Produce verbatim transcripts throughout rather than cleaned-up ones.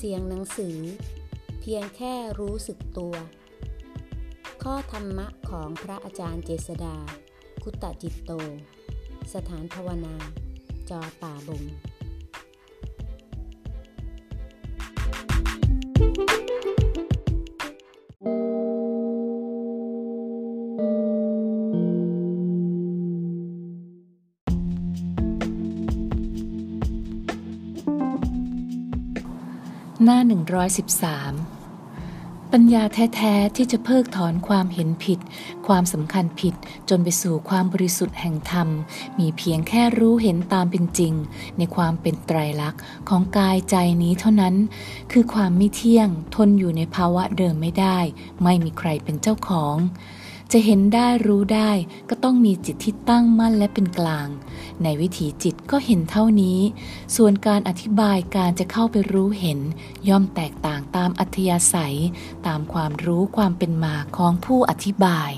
สียงหนังสือเพียงแค่รู้สึกตัวข้อธรรมะของพระอาจารย์เจษฎาคุตจิตโตสถานภาวนาจอป่าบงหน้าหนึ่งร้อยสิบสามปัญญาแท้ๆที่จะเพิกถอนความเห็นผิดความสำคัญผิดจนไปสู่ความบริสุทธิ์แห่งธรรมมีเพียงแค่รู้เห็นตามเป็นจริงในความเป็นไตรลักษณ์ของกายใจนี้เท่านั้นคือความไม่เที่ยงทนอยู่ในภาวะเดิมไม่ได้ไม่มีใครเป็นเจ้าของจะเห็นได้รู้ได้ก็ต้องมีจิตที่ตั้งมั่นและเป็นกลางในวิถีจิตก็เห็นเท่านี้ส่วนการอธิบายการจะเข้าไปรู้เห็นย่อมแตกต่างตามอัธยาศัยตามความรู้ความเป็นมาของผู้อธิบาย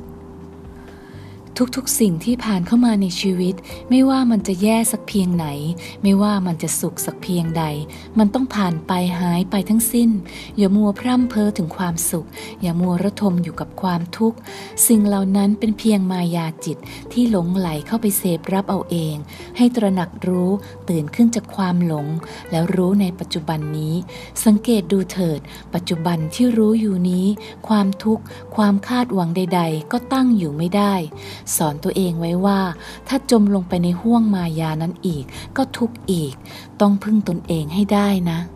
ทุกๆสิ่งที่ผ่านเข้ามาในชีวิตไม่ว่ามันจะแย่สักเพียงไหนไม่ว่ามันจะสุขสักเพียงใดมันต้องผ่านไปหายไปทั้งสิ้นอย่ามัวพร่ำเพ้อถึงความสุขอย่ามัวระทมอยู่กับความทุกข์สิ่งเหล่านั้นเป็นเพียงมายาจิตที่หลงไหลเข้าไปเสพรับเอาเองให้ตระหนักรู้ตื่นขึ้นจากความหลงแล้วรู้ในปัจจุบันนี้สังเกตดูเถิดปัจจุบันที่รู้อยู่นี้ความทุกข์ความคาดหวังใดๆก็ตั้งอยู่ไม่ได้สอนตัวเองไว้ว่าถ้าจมลงไปในห้วงมายานั้นอีกก็ทุกข์อีกต้องพึ่งตนเองให้ได้นะ